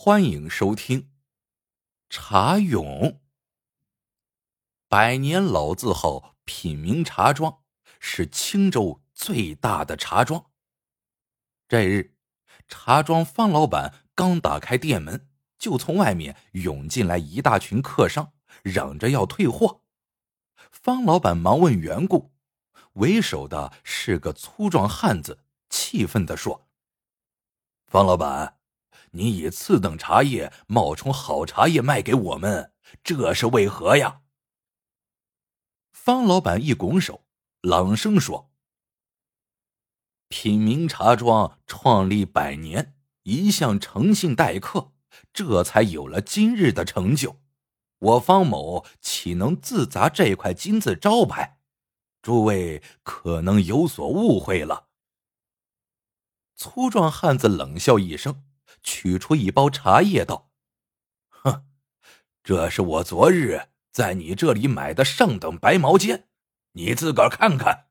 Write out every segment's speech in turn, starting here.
欢迎收听茶咏。百年老字号品茗茶庄是青州最大的茶庄。这日，茶庄方老板刚打开店门，就从外面涌进来一大群客商，嚷着要退货。方老板忙问缘故，为首的是个粗壮汉子，气愤地说：方老板，你以次等茶叶冒充好茶叶卖给我们，这是为何呀？方老板一拱手，朗声说：品茗茶庄创立100年，一向诚信待客，这才有了今日的成就。我方某岂能自砸这块金字招牌？诸位可能有所误会了。粗壮汉子冷笑一声，取出一包茶叶道：哼，这是我昨日在你这里买的上等白毛尖，你自个儿看看。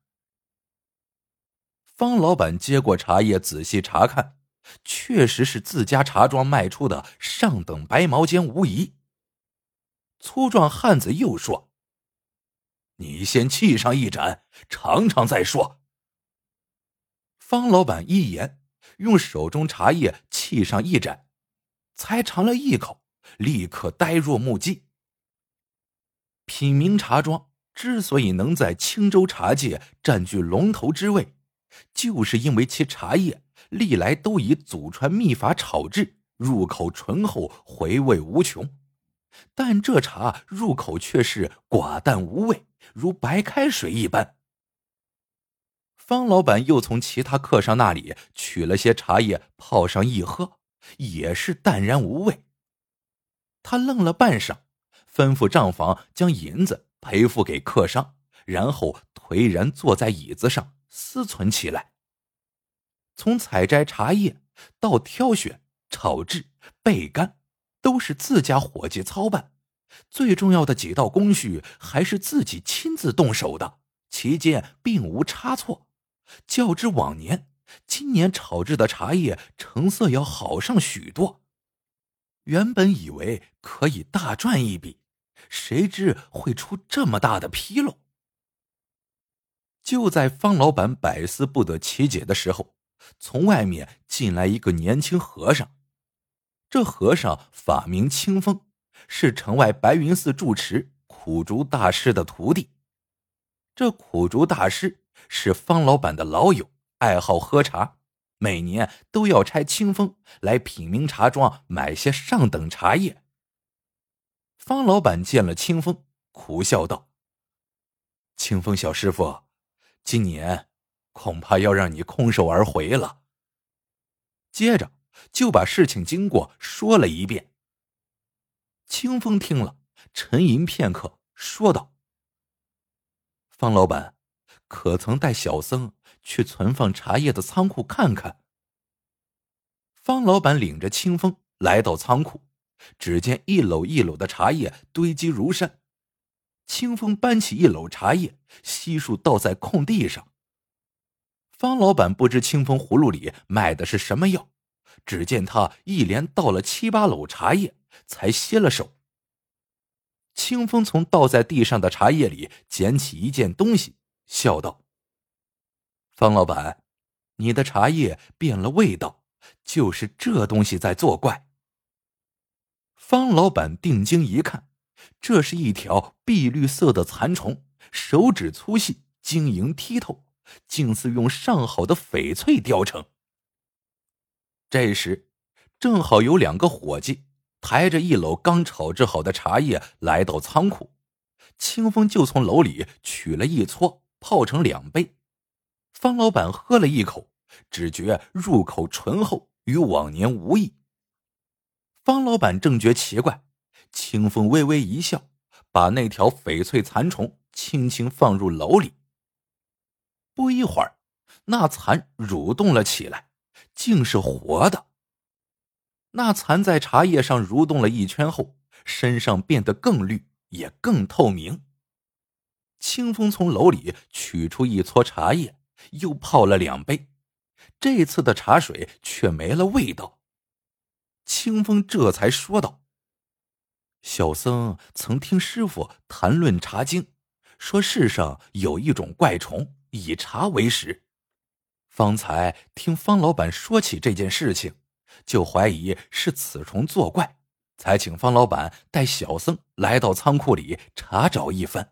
方老板接过茶叶仔细查看，确实是自家茶庄卖出的上等白毛尖无疑。粗壮汉子又说：你先沏上一盏，尝尝再说。方老板一言，用手中茶叶沏上一盏，才尝了一口，立刻呆若木鸡。品茗茶庄之所以能在青州茶界占据龙头之位，就是因为其茶叶历来都以祖传秘法炒制，入口醇厚，回味无穷。但这茶入口却是寡淡无味，如白开水一般。方老板又从其他客商那里取了些茶叶泡上一喝，也是淡然无味。他愣了半晌，吩咐账房将银子赔付给客商，然后颓然坐在椅子上思忖起来。从采摘茶叶到挑选、炒制、焙干，都是自家伙计操办，最重要的几道工序还是自己亲自动手的，其间并无差错。较之往年，今年炒制的茶叶成色要好上许多。原本以为可以大赚一笔，谁知会出这么大的纰漏。就在方老板百思不得其解的时候，从外面进来一个年轻和尚。这和尚法名清风，是城外白云寺住持苦竹大师的徒弟。这苦竹大师是方老板的老友，爱好喝茶，每年都要差清风来品茗茶庄买些上等茶叶。方老板见了清风，苦笑道：清风小师傅，今年恐怕要让你空手而回了。接着就把事情经过说了一遍。清风听了，沉吟片刻，说道：方老板，可曾带小僧去存放茶叶的仓库看看？方老板领着清风来到仓库，只见一篓一篓的茶叶堆积如山。清风搬起一篓茶叶，悉数倒在空地上。方老板不知清风葫芦里卖的是什么药，只见他一连倒了7、8篓茶叶，才歇了手。清风从倒在地上的茶叶里捡起一件东西，笑道：方老板，你的茶叶变了味道，就是这东西在作怪。方老板定睛一看，这是一条碧绿色的蚕虫，手指粗细，晶莹剔透，竟似用上好的翡翠雕成。这时正好有2个伙计抬着一篓刚炒制好的茶叶来到仓库，清风就从篓里取了一撮，泡成2杯。方老板喝了一口，只觉入口醇厚，与往年无异。方老板正觉奇怪，清风微微一笑，把那条翡翠蚕虫轻轻放入篓里。不一会儿，那蚕蠕动了起来，竟是活的。那蚕在茶叶上蠕动了一圈后，身上变得更绿，也更透明。清风从篓里取出一撮茶叶，又泡了2杯，这次的茶水却没了味道。 清风这才说道：“小僧曾听师傅谈论茶经，说世上有一种怪虫，以茶为食。方才听方老板说起这件事情，就怀疑是此虫作怪，才请方老板带小僧来到仓库里查找一番。”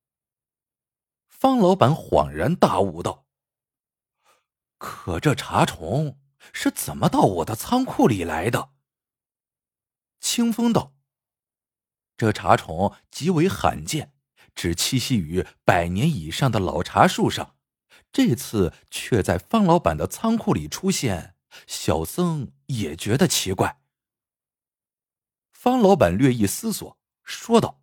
方老板恍然大悟道：“可这茶虫是怎么到我的仓库里来的？”清风道：“这茶虫极为罕见，只栖息于100年以上的老茶树上，这次却在方老板的仓库里出现，小僧也觉得奇怪。”方老板略一思索，说道：“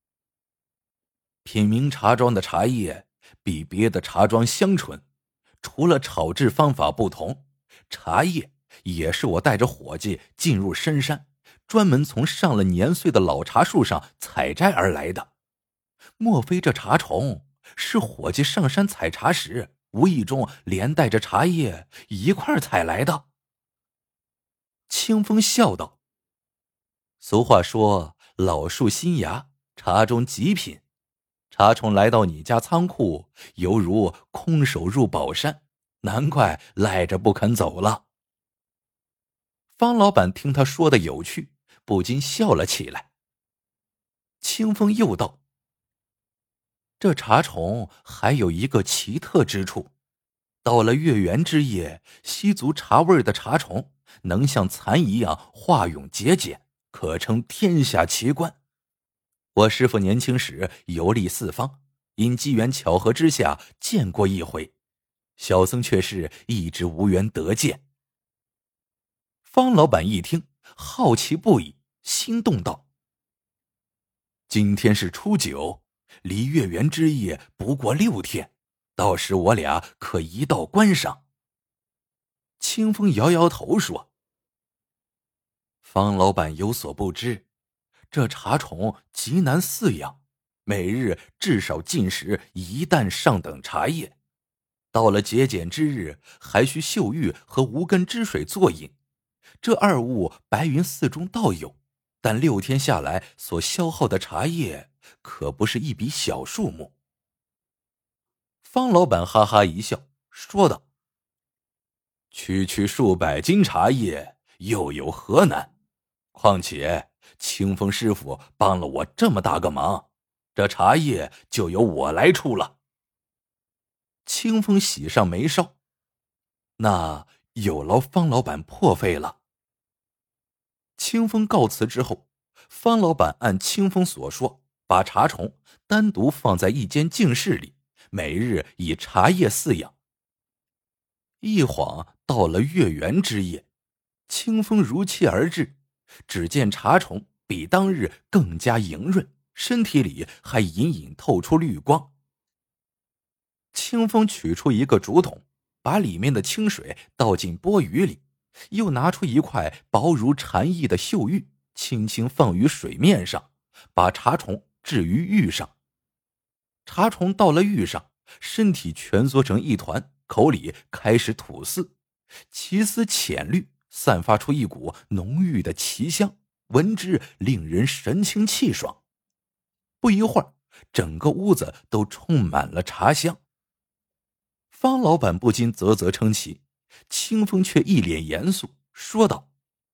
品茗茶庄的茶叶比别的茶庄香醇，除了炒制方法不同，茶叶也是我带着伙计进入深山，专门从上了年岁的老茶树上采摘而来的。莫非这茶虫是伙计上山采茶时无意中连带着茶叶一块采来的？”清风笑道：“俗话说老树新芽，茶中极品。茶虫来到你家仓库，犹如空手入宝山，难怪赖着不肯走了。”方老板听他说的有趣，不禁笑了起来。清风又道：“这茶虫还有一个奇特之处，到了月圆之夜，吸足茶味的茶虫能像蚕一样化蛹结茧，可称天下奇观。我师父年轻时游历四方，因机缘巧合之下见过一回，小僧却是一直无缘得见。”方老板一听，好奇不已，心动道：“今天是初9，离月圆之夜不过6天，到时我俩可一道观赏。”清风摇摇头说：“方老板有所不知，这茶虫极难饲养，每日至少进食1担上等茶叶，到了节俭之日，还需秀玉和无根之水作饮。这2物白云寺中倒有，但6天下来所消耗的茶叶可不是一笔小数目。”方老板哈哈一笑，说道：“区数百斤茶叶，又有何难？况且清风师傅帮了我这么大个忙，这茶叶就由我来出了。”清风喜上眉梢：“那有劳方老板破费了。”清风告辞之后，方老板按清风所说，把茶虫单独放在一间净室里，每日以茶叶饲养。一晃到了月圆之夜，清风如期而至，只见茶虫比当日更加莹润，身体里还隐隐透出绿光。清风取出一个竹筒，把里面的清水倒进钵盂里，又拿出一块薄如蝉翼的秀玉，轻轻放于水面上，把茶虫置于玉上。茶虫到了玉上，身体蜷缩成一团，口里开始吐丝，其丝浅绿，散发出一股浓郁的奇香，闻之令人神清气爽。不一会儿，整个屋子都充满了茶香。方老板不禁啧啧称奇，清风却一脸严肃，说道：“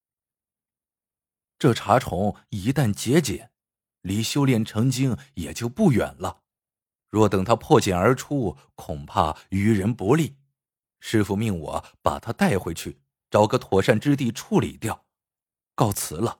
这茶虫一旦结茧，离修炼成精也就不远了。若等它破茧而出，恐怕于人不利。师父命我把它带回去，找个妥善之地处理掉。告辞了。”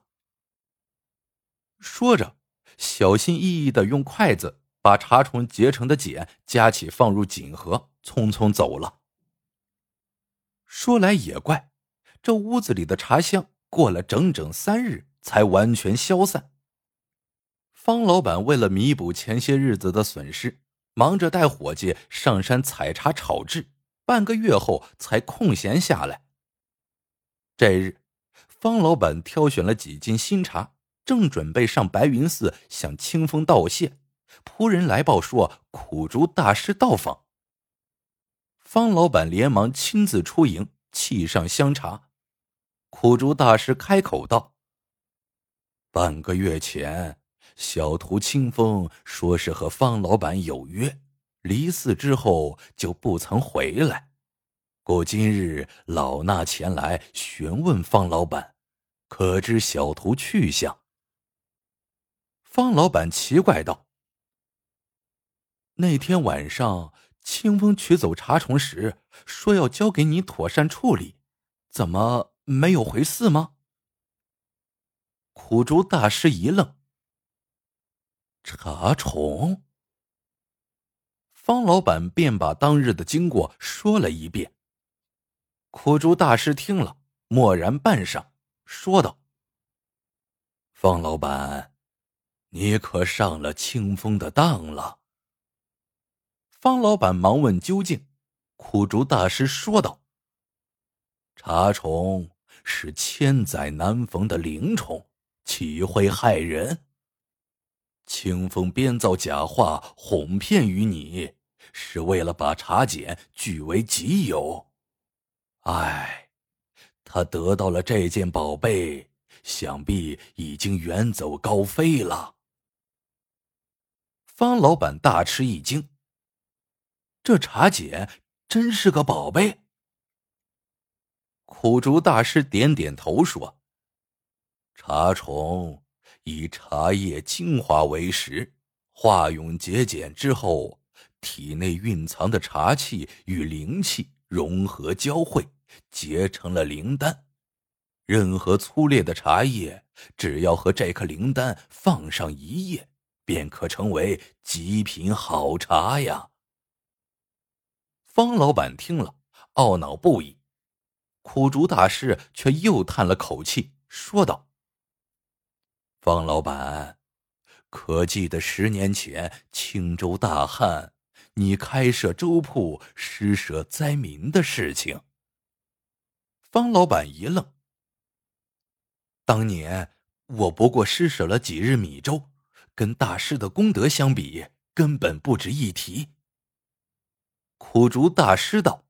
说着，小心翼翼地用筷子把茶虫结成的茧夹起，放入锦盒，匆匆走了。说来也怪，这屋子里的茶香过了整整3日才完全消散。方老板为了弥补前些日子的损失，忙着带伙计上山采茶炒制，半个月后才空闲下来。这日，方老板挑选了几斤新茶，正准备上白云寺向清风道谢，仆人来报说苦竹大师到访。方老板连忙亲自出迎，沏上香茶。 苦竹大师开口道：半个月前，小徒清风说是和方老板有约，离寺之后就不曾回来。故今日老衲前来询问方老板，可知小徒去向？方老板奇怪道：那天晚上清风取走茶虫时，说要交给你妥善处理，怎么没有回寺吗？苦竹大师一愣。茶虫？方老板便把当日的经过说了一遍。苦竹大师听了，默然半晌，说道：方老板，你可上了清风的当了？方老板忙问究竟。苦竹大师说道：茶虫是千载难逢的灵虫，岂会害人？清风编造假话哄骗于你，是为了把茶简据为己有。唉，他得到了这件宝贝，想必已经远走高飞了。方老板大吃一惊，这茶简真是个宝贝？苦竹大师点点头说：茶虫以茶叶精华为食，化蛹结茧之后，体内蕴藏的茶气与灵气融合交汇，结成了灵丹。任何粗劣的茶叶，只要和这颗灵丹放上一夜，便可成为极品好茶呀。方老板听了，懊恼不已。苦竹大师却又叹了口气，说道：方老板，可记得10年前青州大旱，你开设粥铺施舍灾民的事情？方老板一愣。当年我不过施舍了几日米粥，跟大师的功德相比，根本不值一提。苦竹大师道：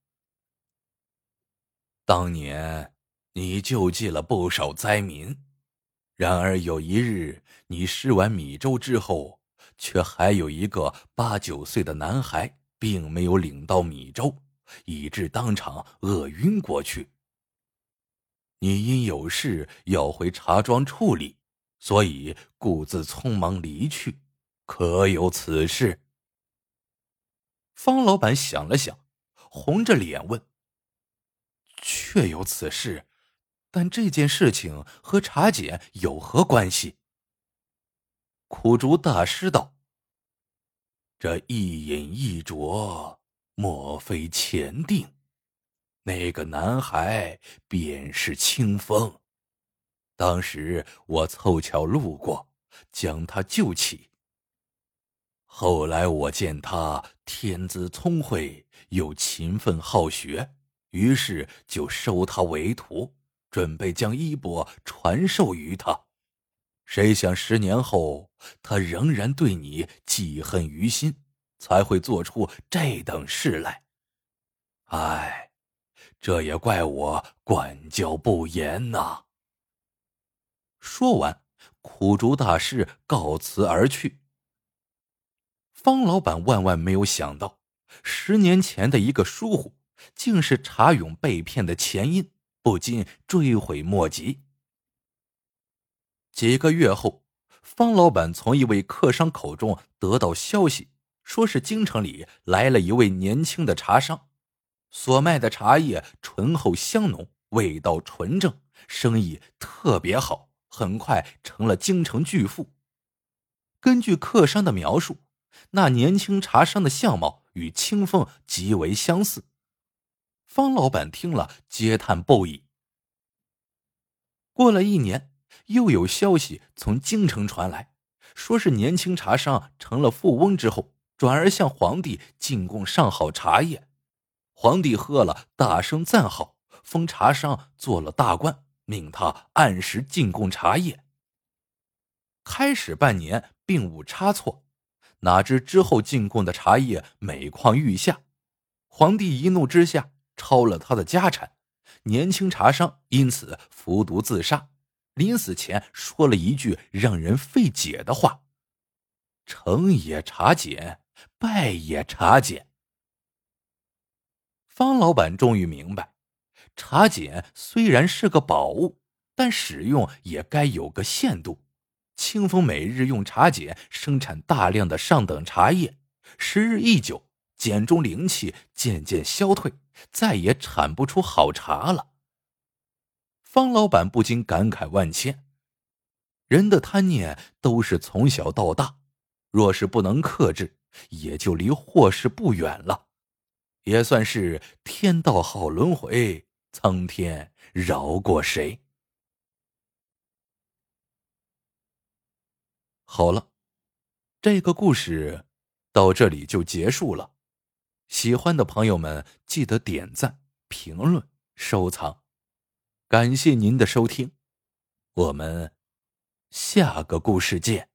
当年你救济了不少灾民，然而有一日你施完米粥之后，却还有一个8、9岁的男孩并没有领到米粥，以致当场饿晕过去。你因有事要回茶庄处理，所以故自匆忙离去，可有此事？方老板想了想，红着脸问：确有此事，但这件事情和茶简有何关系？苦竹大师道：这一饮一啄，莫非前定？那个男孩便是清风。当时我凑巧路过，将他救起。后来我见他天资聪慧，又勤奋好学，于是就收他为徒，准备将衣钵传授于他。谁想10年后，他仍然对你记恨于心，才会做出这等事来。唉，这也怪我管教不严呐。说完，苦竹大师告辞而去。方老板万万没有想到，10年前的一个疏忽，竟是茶俑被骗的前因，不禁追悔莫及。几个月后，方老板从一位客商口中得到消息，说是京城里来了一位年轻的茶商，所卖的茶叶醇厚香浓，味道纯正，生意特别好，很快成了京城巨富。根据客商的描述，那年轻茶商的相貌与清风极为相似。方老板听了嗟叹不已。过了1年，又有消息从京城传来，说是年轻茶商成了富翁之后，转而向皇帝进贡上好茶叶。皇帝喝了大声赞好，封茶商做了大官，命他按时进贡茶叶。开始半年并无差错，哪知之后进贡的茶叶每况愈下。皇帝一怒之下抄了他的家产， 年轻茶商因此服毒自杀，临死前说了一句让人费解的话：成也茶碱，败也茶碱。方老板终于明白，茶碱虽然是个宝物，但使用也该有个限度。清风每日用茶碱生产大量的上等茶叶，时日一久，碱中灵气渐渐消退，再也产不出好茶了。方老板不禁感慨万千，人的贪念都是从小到大，若是不能克制，也就离祸事不远了。也算是天道好轮回，苍天饶过谁。好了，这个故事到这里就结束了。喜欢的朋友们记得点赞、评论、收藏。感谢您的收听，我们下个故事见。